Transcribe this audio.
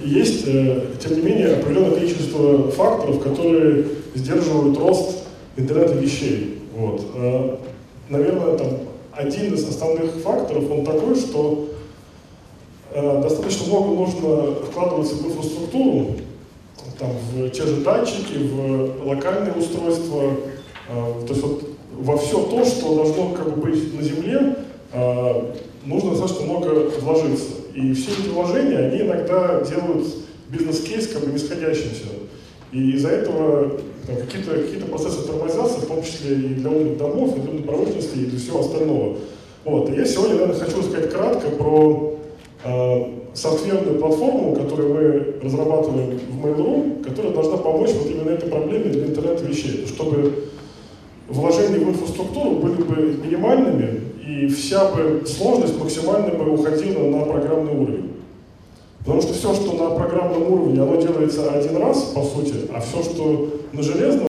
есть, тем не менее, определенное количество факторов, которые сдерживают рост интернета вещей. Вот. Наверное, там, один из основных факторов, он такой, что достаточно много нужно вкладываться в инфраструктуру, там, в те же датчики, в локальные устройства, то есть вот во все то, что должно как бы быть на Земле, нужно достаточно много вложиться. И все эти вложения, они иногда делают бизнес-кейс как бы нисходящимся. И из-за этого какие-то процессы тормозятся, в том числе и для умных домов, и для умной промышленности, и для всего остального. Вот. И я сегодня, наверное, хочу сказать кратко про софтверную платформу, которую мы разрабатываем в Mail.ru, которая должна помочь вот именно этой проблеме для интернета вещей, чтобы вложения в инфраструктуру были бы минимальными, и вся бы сложность максимально бы уходила на программный уровень. Потому что все, что на программном уровне, оно делается один раз, по сути, а все, что на железном,